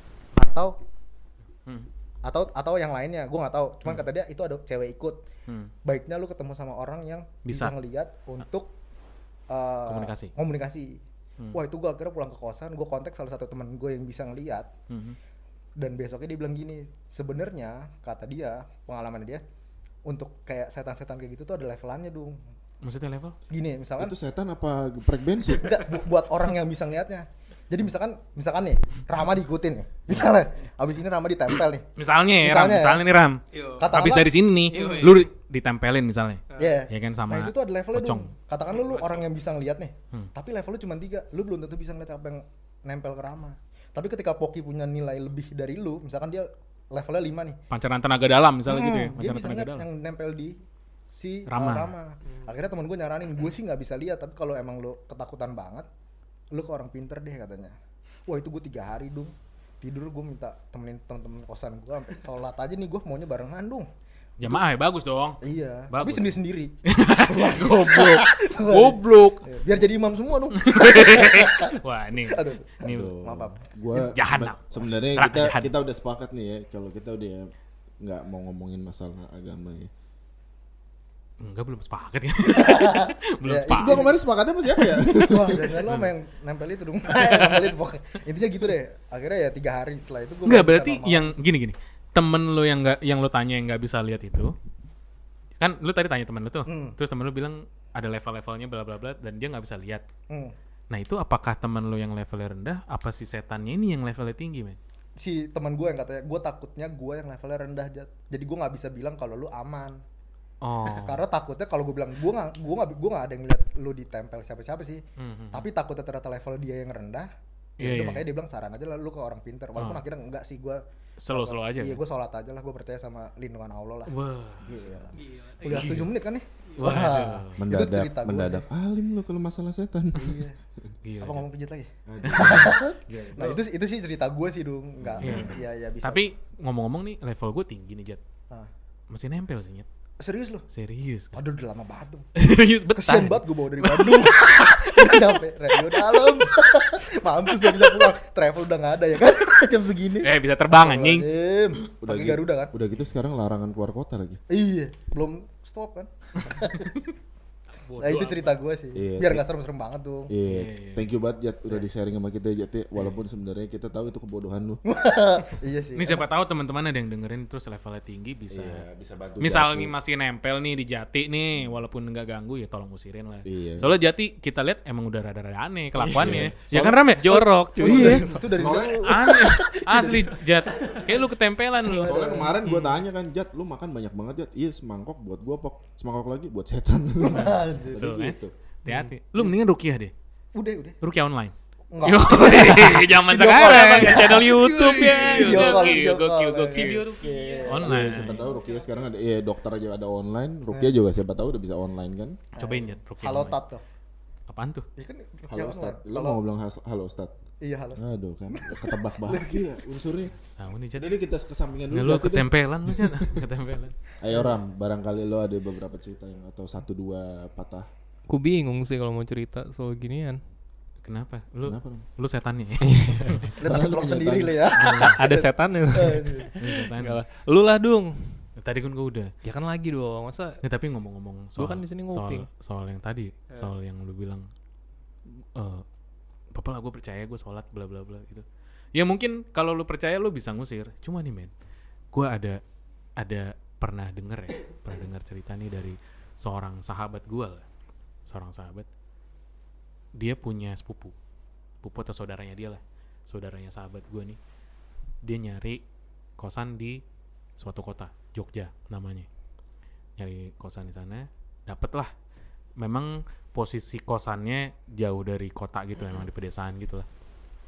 atau Hmm. atau atau yang lainnya, gue nggak tahu. Cuman kata dia itu ada cewek ikut. Hmm. Baiknya lu ketemu sama orang yang Bisa. bisa, ngelihat untuk uh, Komunikasi. komunikasi. Hmm. Wah itu gue akhirnya pulang ke kosan, gue kontak salah satu teman gue yang bisa ngelihat. Mhm. Dan besoknya dia bilang gini, sebenarnya kata dia, pengalaman dia, untuk kayak setan-setan kayak gitu tuh ada levelannya dong. Maksudnya level? Gini, misalkan Itu setan apa geprek bensin? enggak bu- buat orang yang bisa ngelihatnya. Jadi misalkan misalkan nih, Rama diikutin nih. Misalnya abis ini Rama ditempel nih. Misalnya ya, Ram, Misalnya ya. misalnya nih Ram. Katakanlah- Habis dari sini nih, Iya, iya. lu ditempelin misalnya. Iya. Ya kan sama Nah itu tuh ada levelnya pocong. dong. Katakan lu, lu orang yang bisa ngelihat nih. Hmm. Tapi levelnya cuma tiga. Lu belum tentu bisa ngeliat apa yang nempel ke Rama. Tapi ketika Poki punya nilai lebih dari lu, misalkan dia levelnya lima nih. Pancaran tenaga dalam misalnya gitu ya, Hmm, dia pancaran bisa tenaga ngeliat dalam. yang nempel di si uh, Rama. Rama. Akhirnya temen gue nyaranin, gue sih nggak bisa lihat, tapi kalau emang lu ketakutan banget, lu ke orang pinter deh katanya. Wah itu gue tiga hari dong tidur, gue minta temenin temen-temen kosan gue sampai sholat aja nih, gue maunya barengan dong. Jamaah ya bagus dong. Iya, Bagus. tapi sendiri-sendiri. Goblok. Goblok. Biar jadi imam semua dong. Wah, ini Aduh. ini Aduh, maaf, maaf. Gua Jahanam. seben- sebenarnya Neraka kita jahanam. kita udah sepakat nih ya kalau kita udah nggak mau ngomongin masalah agama ya. enggak belum sepakat ya. belum Ya, Terus sepakat. gua kemarin sepakatnya sama siapa ya? Wah, jangan lo sama yang nempel itu dong. Nempel itu pokoknya. Intinya gitu deh. Akhirnya ya tiga hari setelah itu gue Enggak, berarti yang gini-gini. Temen lu yang enggak yang lu tanya yang enggak bisa lihat itu. Kan lu tadi tanya temen lu tuh. Hmm. Terus temen lu bilang ada level-levelnya bla bla bla dan dia enggak bisa lihat. Hmm. Nah, itu apakah temen lu yang levelnya rendah apa si setannya ini yang levelnya tinggi, men? Si teman gue yang katanya, gue takutnya gue yang levelnya rendah, Jat. Jadi gue nggak bisa bilang kalau lu aman. Oh. Karena takutnya kalau gue bilang gue nggak gue nggak gue nggak ada yang lihat lu ditempel siapa-siapa sih. Mhm. Tapi takutnya ternyata level dia yang rendah. Iya, Ya udah, iya. makanya dia bilang saran aja lah lu ke orang pinter. Walaupun Oh. akhirnya enggak sih, gue Slow-slow aja. Iya, kan? gue sholat aja lah, gue percaya sama lindungan Allah lah. Wah. Gila. Gila. Udah tujuh menit kan nih? Waduh. itu Mendadak cerita gue. mendadak alim lo kalau masalah setan. Iya. Gila. Apa ngomong pijit lagi? Aduh. Nah itu itu sih cerita gue sih dong, nggak Iya. ya ya bisa. Tapi ngomong-ngomong nih level gue tinggi nih, Jat. Ah. Masih nempel sih, Nyet. Serius lu? Serius. Aduh udah lama banget tuh. Serius betah. Kesian banget gue bawa dari Bandung. Udah nyampe radio dalam. Mampus udah bisa pulang. Travel udah gak ada ya kan jam segini. Eh bisa terbang anjing. Udah gitu, Garuda kan? Udah gitu sekarang larangan keluar kota lagi. Iya, belum stop kan? Nah itu cerita gue sih. Iya, Biar iya. gak serem-serem banget tuh. Iya, Iya, iya. thank you banget Jat udah di-sharing sama kita Jat ya. Walaupun sebenarnya kita tahu itu kebodohan lu. Iya sih. Ini siapa tahu teman-teman ada yang dengerin terus levelnya tinggi bisa. Iya, bisa bantu. Misal Jati. nih masih nempel nih di Jati nih, walaupun nggak ganggu ya tolong usirin lah. Iya. Soalnya Jati kita lihat emang udah rada-rada aneh kelakuannya. Iya. Ya kan Ram ya? Jorok cuy. Iya. Itu dari Soalnya- dulu. Aneh. Asli Jat. Kayak lu ketempelan lu. Soalnya kemarin gue tanya kan, Jat, lu makan banyak banget Jat. Iya, semangkok buat gua pok, semangkok lagi buat setan. Tadi Betul, kan? gitu. Hati-hati. Lu mendingan rukiah deh. Udah, udah. Rukiah online. Enggak. Yo, zaman Video call sekarang ya, Channel YouTube ya. Video call, Gokil, video gokil, call. gokil. Video Iya, Online. siapa tahu Rukia sekarang ada, iya dokter aja ada online, Rukia juga siapa tahu udah bisa online kan. Cobain Jat rukiah. Halo online. Tat tuh. Apaan tuh? Iya kan. Halo ya, Ustad, lu Halo. mau bilang has- halo Ustad? Iya halo. Aduh kan, ketebak banget ya unsurnya. Nah, ini Jat. Jadi kita kesampingan Nah, dulu lu Jat, deh. ketempelan lu Jat. Ketempelan. Ayo Ram, barangkali lo ada beberapa cerita yang atau satu dua patah. Aku bingung sih kalau mau cerita soal ginian. Kenapa? Lu Kenapa Ram? lu setannya. Lu Padahal tak lu vlog punya sendiri tanya. lo ya. Ada setannya. Lu Enggak setannya. lah. Lu lah Dung. Tadi kan gua udah. Ya kan lagi dong. Masa Ya, tapi ngomong-ngomong soal kan di sini soal, nguping. soal yang tadi, soal yang lu bilang eh apa lah gue percaya gue sholat bla bla bla gitu. Ya mungkin kalau lu percaya lu bisa ngusir. Cuma nih men, gue ada ada pernah denger ya, pernah dengar cerita nih dari seorang sahabat gue lah, seorang sahabat. Dia punya sepupu, sepupu atau saudaranya dia lah, saudaranya sahabat gue nih. Dia nyari kosan di suatu kota, Jogja namanya. Nyari kosan di sana, dapet lah. Memang posisi kosannya jauh dari kota gitu, memang di pedesaan gitu lah.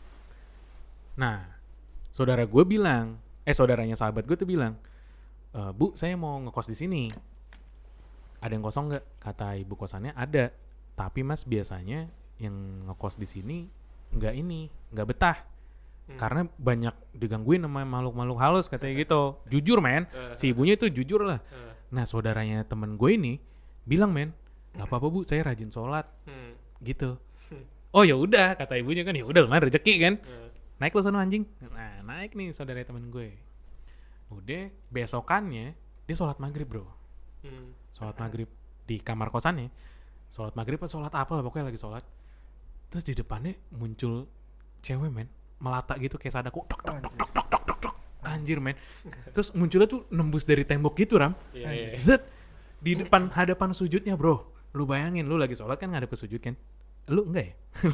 Nah, saudara gue bilang, eh saudaranya sahabat gue tuh bilang, e, Bu, saya mau ngekos di sini. Ada yang kosong nggak? Kata ibu kosannya ada, tapi mas biasanya yang ngekos di sini nggak ini, nggak betah. Karena banyak digangguin sama makhluk-makhluk halus katanya gitu. Jujur men, si ibunya itu jujur lah. Nah saudaranya temen gue ini bilang men, nggak apa-apa bu, saya rajin sholat, gitu. Oh ya udah, kata ibunya kan, ya udah lumayan rezeki kan. Naik lo sono anjing. Nah naik nih saudara temen gue. Udah besokannya dia sholat maghrib bro. Sholat maghrib di kamar kosannya. Sholat maghrib atau sholat apa lah pokoknya lagi sholat. Terus di depannya muncul cewek men, melata gitu kayak sadako, dok dok dok dok dok dok dok dok. Anjir men. Terus munculnya tuh nembus dari tembok gitu Ram. Zet di depan hadapan sujudnya bro. Lu bayangin lu lagi sholat kan ngadep ke sujud kan. Lu enggak ya?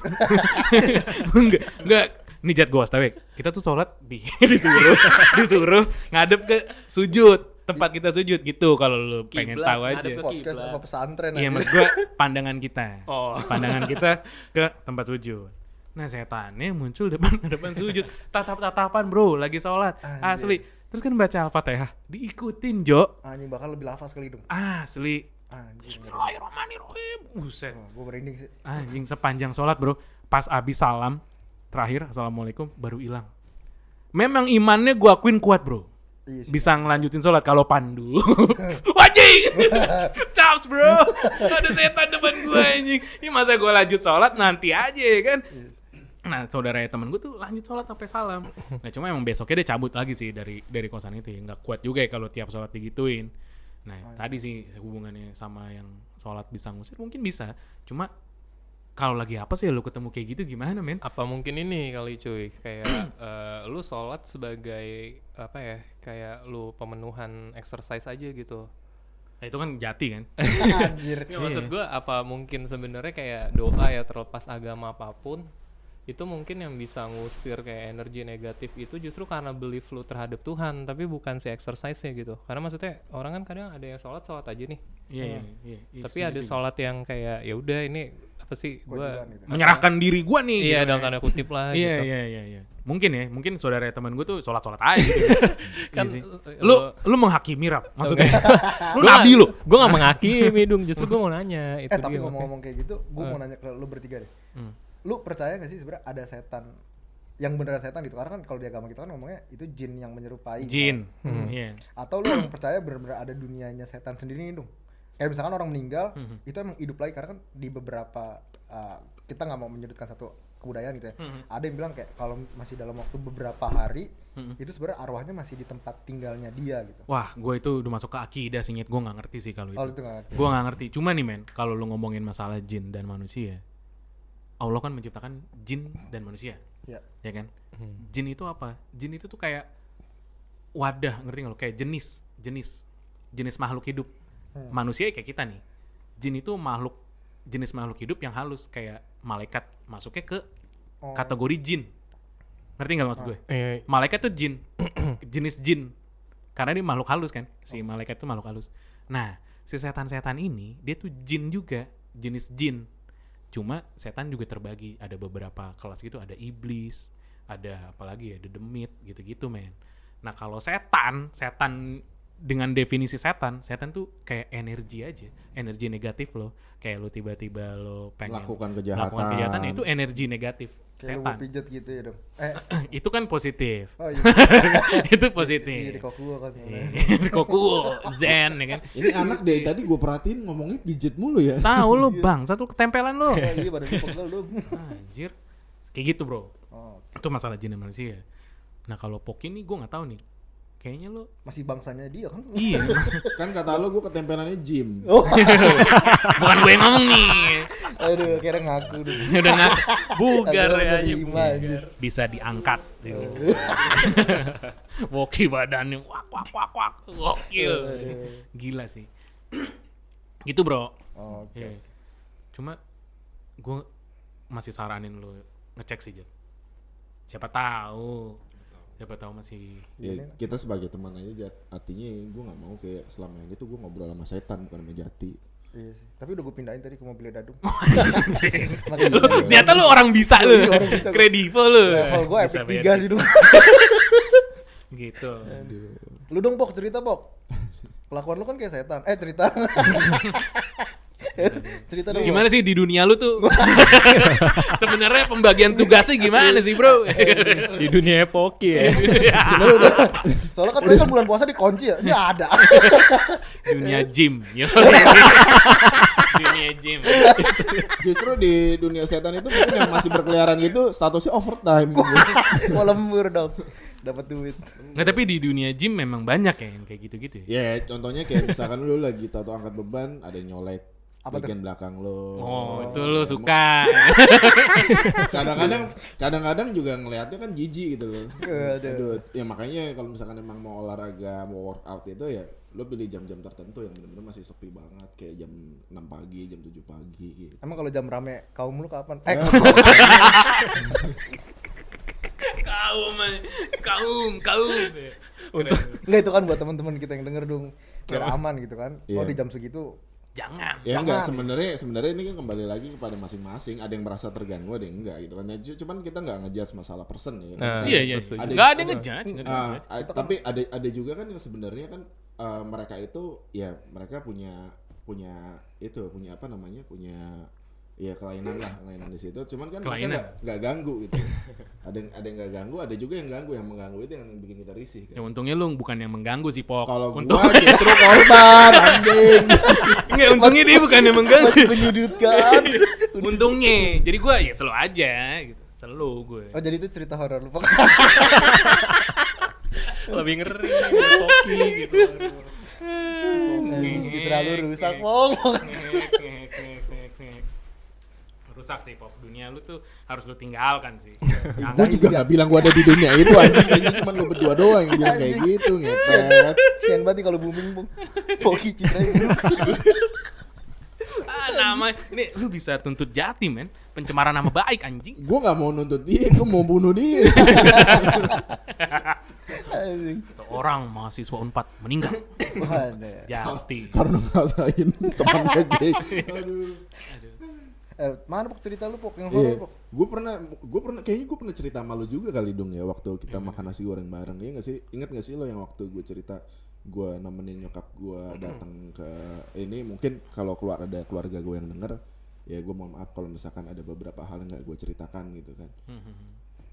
enggak, enggak. Ini Jat gue astawe. Kita tuh sholat di disuruh disuruh ngadep ke sujud, tempat kita sujud gitu kalau lu pengen Kiblat, tahu aja. ngadep ke Podcast kiblat. sama pesantren Iya aja. maksud gue pandangan kita. Oh. Pandangan kita ke tempat sujud. Nah setannya muncul depan depan sujud, tatap-tatapan bro, lagi sholat, asli. Terus kan baca Al-Fatihah, diikutin Jo, Anjing bakal lebih lafaz kali dong. asli. Anjing. Bismillahirrahmanirrahim, buset. Oh, gue merinding sih. Anjing sepanjang sholat bro, pas abis salam terakhir assalamualaikum baru hilang. Memang imannya gue akuin kuat bro, Iya sih. bisa ngelanjutin sholat. Kalau pandu, anjing, caps bro, ada setan depan gue anjing. Ini masa gue lanjut sholat nanti aja kan. Nah saudaranya temen gue tuh lanjut sholat sampai salam. Nah cuma emang besoknya dia cabut lagi sih dari dari kosan itu ya. Nggak kuat juga ya kalau tiap sholat digituin. Nah tadi sih hubungannya sama yang sholat bisa ngusir mungkin bisa. Cuma kalau lagi apa sih lu ketemu kayak gitu gimana men? Apa mungkin ini kali cuy, kayak eh, lu sholat sebagai apa ya, kayak lu pemenuhan exercise aja gitu. Nah, itu kan jati kan. Anjir. Ya, maksud gue apa mungkin sebenarnya kayak doa ya, terlepas agama apapun itu mungkin yang bisa ngusir kayak energi negatif itu justru karena belief lu terhadap Tuhan, tapi bukan si exercise-nya gitu. Karena maksudnya orang kan kadang ada yang sholat sholat aja nih, Iya iya iya. iya, tapi setuju ada sih. sholat yang kayak ya udah ini apa sih gue Kewajiban gitu. menyerahkan diri gua nih. iya gitu dalam kan. tanda kutip lah Iya gitu. iya iya iya. Mungkin ya, mungkin saudara teman gue tuh sholat-sholat aja gitu. Kan, Iya sih. eh, Lu lo- lu menghakimi Rap maksudnya. Lu Gua nabi nggak- lu. Gue gak menghakimi dong, justru gue mau nanya itu Eh tapi dia, ngomong-ngomong kayak gitu, gue Eh. mau nanya ke lu bertiga deh. Hmm. Lu percaya gak sih sebenarnya ada setan yang beneran setan gitu. Karena kan kalau di agama kita kan ngomongnya itu jin yang menyerupai. Jin. kan. Hmm. Iya. Atau lu yang percaya bener-bener ada dunianya setan sendiri nih dong. Kayak misalkan orang meninggal Mhm. itu emang hidup lagi karena kan di beberapa uh, kita nggak mau menyudutkan satu kebudayaan gitu ya. Mhm. Ada yang bilang kayak kalau masih dalam waktu beberapa hari Mhm. itu sebenarnya arwahnya masih di tempat tinggalnya dia gitu. Wah, gue itu udah masuk ke akidah sih, gue nggak ngerti sih kalau itu. Oh itu nggak ngerti. Gue nggak ngerti. Cuma nih men, kalau lu ngomongin masalah jin dan manusia, Allah kan menciptakan jin dan manusia, Ya. ya kan? Jin itu apa? Jin itu tuh kayak wadah, ngerti nggak lo? Kayak jenis, jenis, jenis makhluk hidup. Hmm. Manusia kayak kita nih. Jin itu makhluk, jenis makhluk hidup yang halus, kayak malaikat masuknya ke Oh. kategori jin. Ngerti nggak maksud gue? Iya, Malaikat tuh jin, jenis jin, karena dia makhluk halus kan, si malaikat tuh makhluk halus. Nah, si setan-setan ini dia tuh jin juga, jenis jin. Cuma setan juga terbagi, ada beberapa kelas gitu, ada iblis, ada apalagi ya, ada demit gitu-gitu men. Nah kalau setan, setan dengan definisi setan, setan tuh kayak energi aja, energi negatif lo, kayak lo tiba-tiba lo pengen Melakukan kejahatan. melakukan kejahatan, itu energi negatif Kayak lu setan. mau pijet gitu ya dong. Eh, Itu kan positif. oh iya. Itu Iya, positif. di Kokuo kan sebenarnya. Kokuo, zen ya kan. Ini anak deh tadi gue perhatiin ngomongnya pijet mulu ya. Tahu lu bang, satu ketempelan lu. Oh iya badan lu pegel dong. Anjir. Kayak gitu bro. Oh, Itu masalah jin dan manusia. Nah kalau Poki nih gue nggak tahu nih. Kayaknya lu masih bangsanya dia kan. iya. Kan kata lo gue ketempelannya gym. Oh, Bukan gue yang ngomong nih. aduh, kira ngaku deh. Udah nggak bugar Aduh, ya udah aja. lima, anjir. Bisa diangkat. Poki badannya wak wak wak wak. Gokil. Aduh. Gila sih. Gitu bro. Oh, oke. Iya. Cuma gue masih saranin lu ngecek sih Jat. Siapa tahu. Siapa tahu masih Ya, kita sebagai teman aja Jat. Artinya gue nggak mau kayak selama ini tuh gue ngobrol sama setan bukan sama Jati. Iya sih. Tapi udah gue pindahin tadi ke mobilnya Dadung. anjing. Makin Lu, gila. ternyata lu orang bisa lu. Iya, orang bisa. Kredivo lu. Level gue Bisa epic bayar tiga gitu. sih dong. Gitu. Lu dong Pok, cerita Pok. Kelakuan lu kan kayak setan. Eh cerita. cerita dong. Gimana sih di dunia lu tuh? Sebenarnya pembagian tugasnya gimana sih, Bro? di dunia Poki ya. Gimana udah? Soalnya kan tadi kan bulan puasa dikunci ya. Ini ada. Dunia gym. Yo. Dunia gym. Justru di dunia setan itu mungkin yang masih berkeliaran gitu statusnya overtime. Mau lembur dong. Dapat duit. Nggak, tapi di dunia gym memang banyak ya yang kayak gitu-gitu ya. Ya contohnya kayak misalkan lu lagi tato angkat beban ada yang nyolek Apa bagian belakang lo. Oh, itu lu suka. Kadang-kadang kadang-kadang juga ngelihatnya kan jijik gitu loh. Aduh. Aduh, ya makanya kalau misalkan emang mau olahraga, mau workout itu ya lo pilih jam-jam tertentu yang benar-benar masih sepi banget kayak jam enam pagi, jam tujuh pagi gitu. Emang kalau jam rame kaum lu kapan? Eh, Kaum, kaum, kaum. enggak itu kan buat teman-teman kita yang denger dong. Biar aman gitu kan. Oh Iya. di jam segitu. Jangan. Ya Jangan. enggak, sebenarnya sebenarnya ini kan kembali lagi kepada masing-masing. Ada yang merasa terganggu, ada yang enggak gitu kan. Ya, cu- cuman kita enggak ngejudge masalah person ya. Nah, Kan? Iya, iya. Setuju. Ada- Enggak ada ada- ngejudge, nggak ada Ah, ngejudge. a- tapi ada ada juga kan yang sebenarnya kan eh, mereka itu ya mereka punya punya itu punya apa namanya punya ya kelainan lah kelainan di situ. Cuman kan mereka Kelainan. nggak nggak ganggu gitu. ada yang ada yang nggak ganggu, ada juga yang ganggu. Yang mengganggu itu yang bikin kita risih. Ya Kan? untungnya lu bukan yang mengganggu sih, Pok. Kalau Untung- gua justru korban anjing. Enggak, untungnya dia bukan yang mengganggu. Menyudutkan. Untungnya. Jadi gua ya slow aja gitu. Slow gue. Oh jadi itu cerita horor lu Pok. Lebih ngeri dari Poki gitu. Anjing, Citra lu rusak Pok. Rusak sih, Pop. Dunia lu tuh harus lu tinggalkan sih. Gue juga nggak bilang gue ada di dunia itu anjing. Kayaknya cuma lu berdua doang yang bilang kayak gitu ngepet. Sian banget nih kalau booming Pok. Poki Citra itu. Ah, nama ini lu bisa tuntut Jati, men. Pencemaran nama baik anjing. Gue nggak mau nuntut dia, gue mau bunuh dia. Anjing. Seorang mahasiswa Unpad meninggal. Waduh. Jati. Karena ngerasain temannya gay. Aduh. Eh, mana Pok cerita lu Pok yang Iya, horor Pok? gue pernah, gue pernah, kayaknya gue pernah cerita sama lu juga kali dong ya waktu kita makan nasi goreng bareng, ya nggak sih? Ingat nggak sih lo yang waktu gue cerita gue nemenin nyokap gue datang ke ini, mungkin kalau keluar ada keluarga gue yang denger, ya gue mohon maaf kalau misalkan ada beberapa hal yang nggak gue ceritakan gitu kan.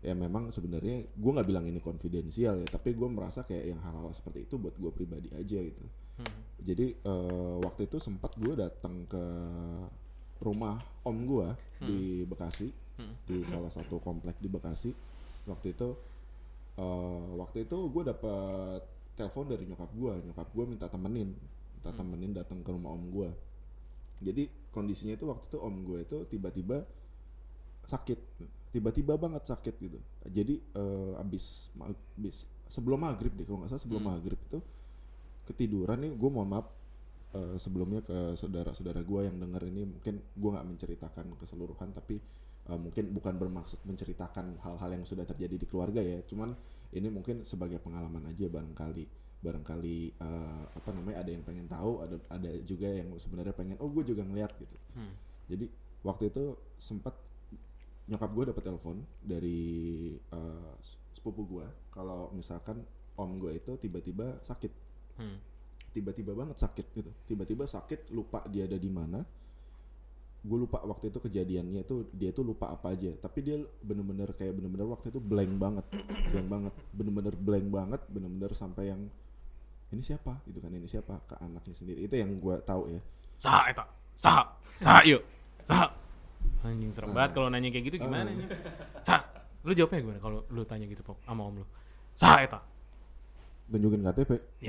ya memang sebenarnya gue nggak bilang ini konfidensial ya, tapi gue merasa kayak yang hal-hal seperti itu buat gue pribadi aja gitu. Hmm. Jadi uh, waktu itu sempat gue datang ke rumah om gue hmm. di Bekasi, hmm. di salah satu komplek di Bekasi. Waktu itu uh, waktu itu gue dapet telepon dari nyokap gue, nyokap gue minta temenin, minta temenin datang ke rumah om gue. Jadi kondisinya itu waktu itu om gue itu tiba-tiba sakit, tiba-tiba banget sakit gitu. Jadi uh, abis, abis sebelum maghrib deh, kalau nggak salah sebelum hmm. maghrib itu ketiduran nih. Gue mohon maaf uh, sebelumnya ke saudara-saudara gue yang denger ini, mungkin gue nggak menceritakan keseluruhan, tapi uh, mungkin bukan bermaksud menceritakan hal-hal yang sudah terjadi di keluarga ya. Cuman ini mungkin sebagai pengalaman aja, barangkali barangkali uh, apa namanya ada yang pengen tahu, ada ada juga yang sebenarnya pengen oh gue juga ngeliat gitu. Hmm. Jadi waktu itu sempat nyokap gue dapet telepon dari uh, sepupu gue kalau misalkan om gue itu tiba-tiba sakit, hmm. tiba-tiba banget sakit gitu, tiba-tiba sakit, lupa dia ada di mana. Gue lupa waktu itu kejadiannya itu dia tuh lupa apa aja, tapi dia bener-bener kayak bener-bener waktu itu blank banget, blank banget, bener-bener blank banget, bener-bener sampai yang ini siapa gitu kan, ini siapa ke anaknya sendiri. Itu yang gue tahu ya. Sah eta, sah, sah yuk, sah. Anjing serem banget kalau nanya kayak gitu gimana nya? Uh. Sah, lu jawabnya gimana kalau lu tanya gitu Pok sama om lu? Sah eta. Tunjukin K T P.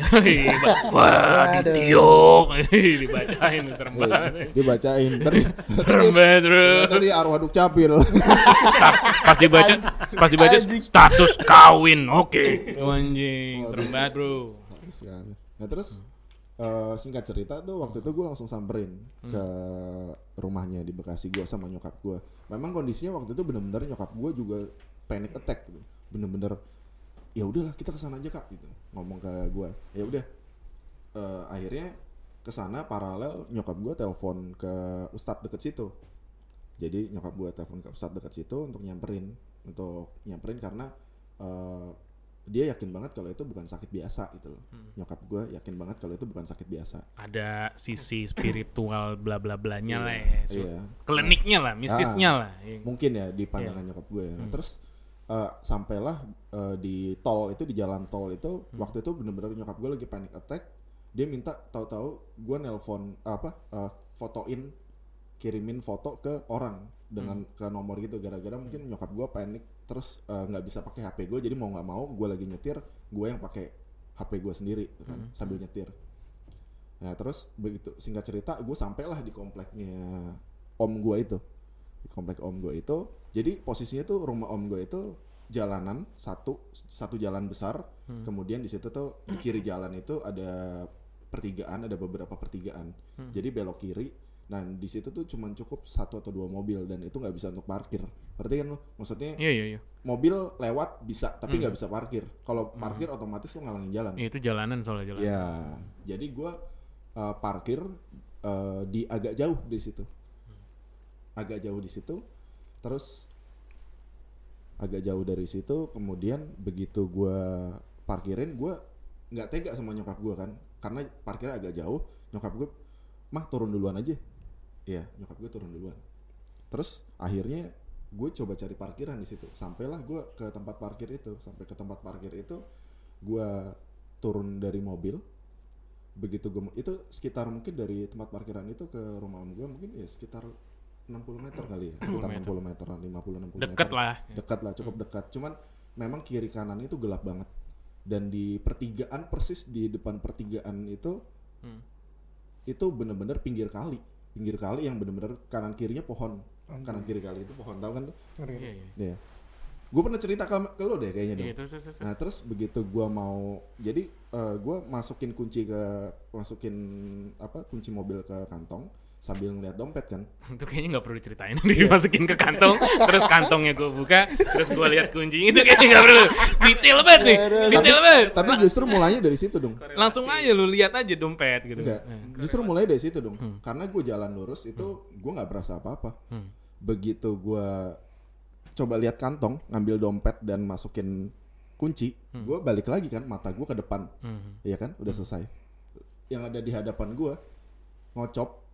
Wah, ditiup. Dibacain, serem banget. Dibacain. Serem banget, bro. Tadi arwah duk capil. Pas dibaca, pas dibaca status kawin. Oke. Anjing, serem banget, bro. Nah, terus uh, singkat cerita tuh waktu itu gue langsung samperin hmm. ke rumahnya di Bekasi gue sama nyokap gue. Memang kondisinya waktu itu benar-benar nyokap gue juga panic attack gitu. Bener-bener ya udahlah kita kesana aja kak gitu, ngomong ke gue. Ya udah uh, akhirnya kesana paralel nyokap gue telepon ke ustadz deket situ. Jadi nyokap gue telepon ke ustadz deket situ untuk nyamperin untuk nyamperin karena uh, dia yakin banget kalau itu bukan sakit biasa gitu loh. Hmm. Nyokap gue yakin banget kalau itu bukan sakit biasa. Ada sisi spiritual bla bla blanya lah ya. So, iya. Kliniknya nah, lah, mistisnya ah, lah. Mungkin ya di pandangan yeah. nyokap gue. Nah, hmm. terus uh, sampailah uh, di tol itu, di jalan tol itu, hmm. waktu itu bener-bener nyokap gue lagi panic attack. Dia minta tahu-tahu gue nelpon apa uh, fotoin, kirimin foto ke orang dengan hmm. ke nomor gitu, gara-gara mungkin nyokap gue panik terus nggak uh, bisa pakai H P gue, jadi mau nggak mau gue lagi nyetir, gue yang pakai H P gue sendiri kan hmm. sambil nyetir. Nah terus begitu singkat cerita gue sampailah di kompleknya om gue itu, di komplek om gue itu. Jadi posisinya tuh rumah om gue itu jalanan satu satu jalan besar, hmm. kemudian di situ tuh di kiri jalan itu ada pertigaan, ada beberapa pertigaan, hmm. jadi belok kiri. Nah di situ tuh cuma cukup satu atau dua mobil dan itu nggak bisa untuk parkir. Berarti kan lo, maksudnya iya, iya, iya. mobil lewat bisa tapi nggak hmm. bisa parkir. Kalau parkir hmm. otomatis lo ngalangin jalan. Itu jalanan soalnya jalan. Ya, jadi gue uh, parkir uh, di agak jauh di situ, agak jauh di situ. Terus agak jauh dari situ, kemudian begitu gue parkirin, gue nggak tega sama nyokap gue kan, karena parkirnya agak jauh. Nyokap gue, mah turun duluan aja. Iya, nyokap gue turun duluan. Terus akhirnya gue coba cari parkiran di situ. Sampailah gue ke tempat parkir itu. Sampai ke tempat parkir itu, gue turun dari mobil. Begitu gue, itu sekitar mungkin dari tempat parkiran itu ke rumah om gue mungkin ya sekitar enam puluh meter kali ya. Sekitar enam puluh meteran, lima puluh enam puluh meter. Dekat lah. Dekat lah, cukup dekat. Cuman memang kiri kanan itu gelap banget. Dan di pertigaan, persis di depan pertigaan itu, hmm. itu bener-bener pinggir kali, pinggir kali yang bener-bener kanan kirinya pohon, hmm. kanan kiri kali itu pohon, tahu kan tuh? Iya. Yeah. Gue pernah cerita ke, ke lo deh kayaknya dong. Yeah, terus, terus, terus. Nah terus begitu gue mau, jadi uh, gue masukin kunci ke, masukin apa kunci mobil ke kantong sambil ngeliat dompet kan. Itu kayaknya nggak perlu diceritain, dimasukin ke kantong, terus kantongnya gue buka, terus gue lihat kunci itu kayaknya nggak perlu. Detail banget nih, detail banget. Tapi justru mulainya dari situ dong. Langsung aja lu lihat aja dompet gitu. Enggak, justru mulai dari situ dong. Hmm. Karena gue jalan lurus itu hmm. gue nggak berasa apa-apa. Hmm. Begitu gue coba lihat kantong, ngambil dompet dan masukin kunci, hmm. gue balik lagi kan, mata gue ke depan, hmm. iya kan, udah hmm. selesai. Yang ada di hadapan gue ngocop.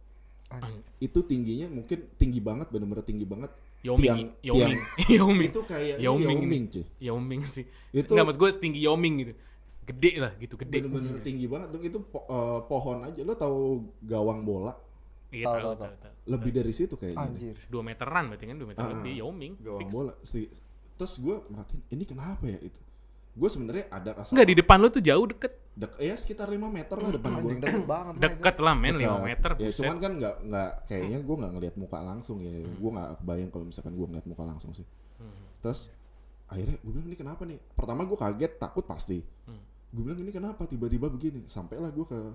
Itu tingginya mungkin tinggi banget, bener-bener tinggi banget. Yao Tiang- Ming, Yao Ming, tiang- Yao Ming. Itu kayak Yao Yao Ming Ming, ini. cuy. Yao Ming sih. Itu- Enggak, maksud gue setinggi Yao Ming gitu. Gede lah gitu, gede. Bener-bener tinggi banget dong. Itu po- eh, pohon aja. Lo tahu gawang bola? Iya, Tahu, tahu, tahu, tahu, tahu. Lebih dari situ kayaknya. nih. Anjir. dua meteran berarti kan, dua meter Ah, lebih Yao Ming. Gawang Fix. bola. Si, terus gue merhatiin, ini kenapa ya itu? Gue sebenarnya ada rasa Enggak, di depan lu tuh jauh deket. dek- ya sekitar lima meter lah depan gue. Anjing deket banget. Mike. Deket lah men, lima Dekat. meter. Ya buset. cuman kan nggak nggak kayaknya gue nggak ngelihat muka langsung ya. Gue nggak kebayang kalau misalkan gue ngeliat muka langsung sih. Hmm. Terus akhirnya gue bilang ini kenapa nih? Pertama gue kaget, takut pasti. Hmm. Gue bilang ini kenapa tiba-tiba begini? Sampailah gue ke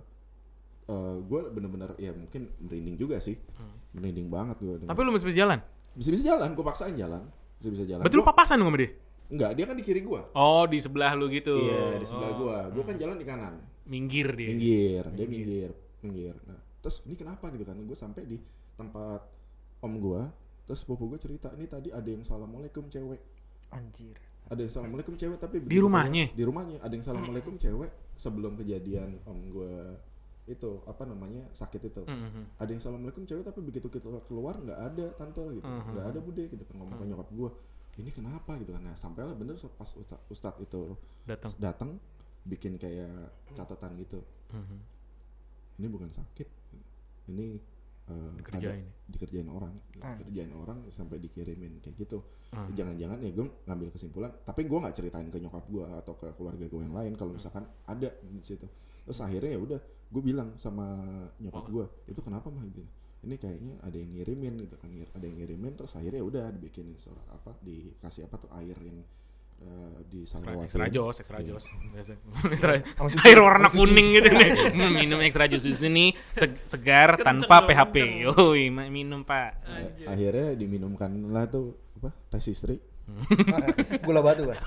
eh gue bener-bener ya mungkin merinding juga sih. Merinding banget gue. Tapi lu masih bisa jalan? bisa-bisa jalan, gue paksain jalan. Bisa-bisa jalan. Betul Gua- papasan lu sama dia? Enggak, dia kan di kiri gue. Oh, di sebelah lu gitu. Iya, di sebelah Oh. gue. Gue kan jalan di kanan. Minggir dia. Minggir, dia minggir, minggir. Nah, terus ini kenapa gitu kan? Gue sampai di tempat om gue, terus bobo gue cerita, ini tadi ada yang assalamualaikum cewek, Anjir. ada yang assalamualaikum cewek tapi Di begitu rumahnya? keluar- di rumahnya ada yang assalamualaikum cewek sebelum kejadian om gue itu apa namanya sakit itu, Mhm. ada yang assalamualaikum cewek tapi begitu kita keluar nggak ada tante gitu, Mhm. nggak ada bude gitu kan ngomong ke nyokap gue, ini kenapa gitu kan? Nah sampailah bener pas ustad, ustad itu Datang. datang bikin kayak catatan gitu. Mhm. Ini bukan sakit, ini uh, Dikerjain. ada- dikerjain orang, Ah. dikerjain orang sampai dikirimin kayak gitu. Ah. Jangan-jangan ya gue ngambil kesimpulan, tapi gue nggak ceritain ke nyokap gue atau ke keluarga gue yang lain kalau misalkan ada di situ. Terus akhirnya ya udah, gue bilang sama nyokap gue, itu kenapa mah gitu? Ini kayaknya ada yang ngirimin gitu kan, ada yang ngirimin. Terus akhirnya ya udah dibikinin surat apa, dikasih apa tuh air yang uh, di Extra, salwatin. extra jos, extra Iya. jos. Extra, Sama susu. air warna Sama susu. kuning gitu nih. Hmm, minum extra jus susu nih seg- segar tanpa P H P. Yoi, ma- minum Pak. A- akhirnya diminumkan lah tuh apa tes istri. Gula batu kan.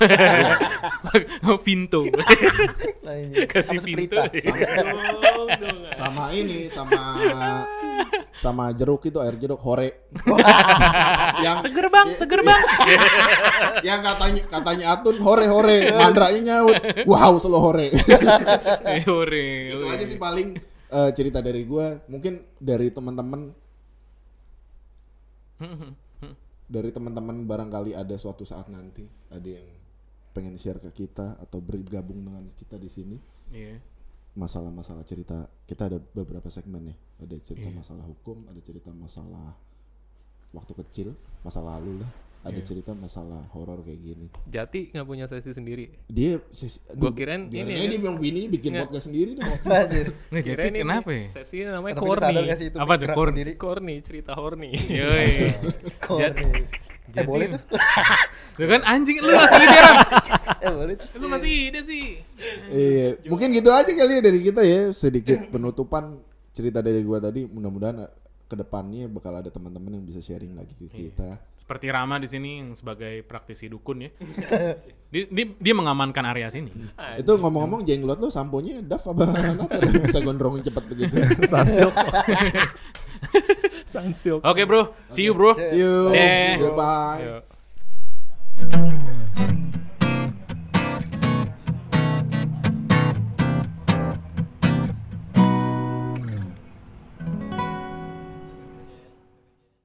Vinto. Anjir. Kasih Sama Vinto. Sprita. Sama ini sama sama jeruk itu air jeruk hore. yang Seger bang, seger bang. yang katanya katanya Atun hore hore, mandranya nyaut. Wow, selo hore. Eh, Hore. Itu hore. aja sih paling eh, cerita dari gua. Mungkin dari teman-teman dari teman-teman barangkali ada suatu saat nanti ada yang pengen share ke kita atau bergabung dengan kita di sini. Iya. Masalah-masalah cerita, kita ada beberapa segmen ya, ada cerita Iya. masalah hukum, ada cerita masalah waktu kecil, masa lalu lah, ada Iya. cerita masalah horor kayak gini. Jati nggak punya sesi sendiri. Dia ses- Gua aduh, kirain biarin ini aja ya. dia bilang bini bikin Nggak. podcast sendiri deh. Anjir. Nggak jadi Kirain ini kenapa ya? Sesi namanya Tapi sadar corny. gak sih itu Apa tuh, gerak corny? sendiri? Corny, cerita horny. Yoi. Corny. Eh Jadi- boleh tuh. Lu kan anjing lu masih ide Ram. Eh boleh tuh. Lu masih ide sih. Iya, mungkin gitu aja kali ya dari kita ya, sedikit penutupan cerita dari gua tadi. Mudah-mudahan eh, kedepannya bakal ada teman-teman yang bisa sharing lagi ke kita. Seperti Rama di sini yang sebagai praktisi dukun ya. Dia, dia, dia mengamankan area sini. Itu ngomong-ngomong jenglot lu samponya Daf apa Nater bisa gondrongin cepet begitu. Sunsilk. Sunsilk. Oke bro, see you bro. See you. Eh. See you, bye. Ayo.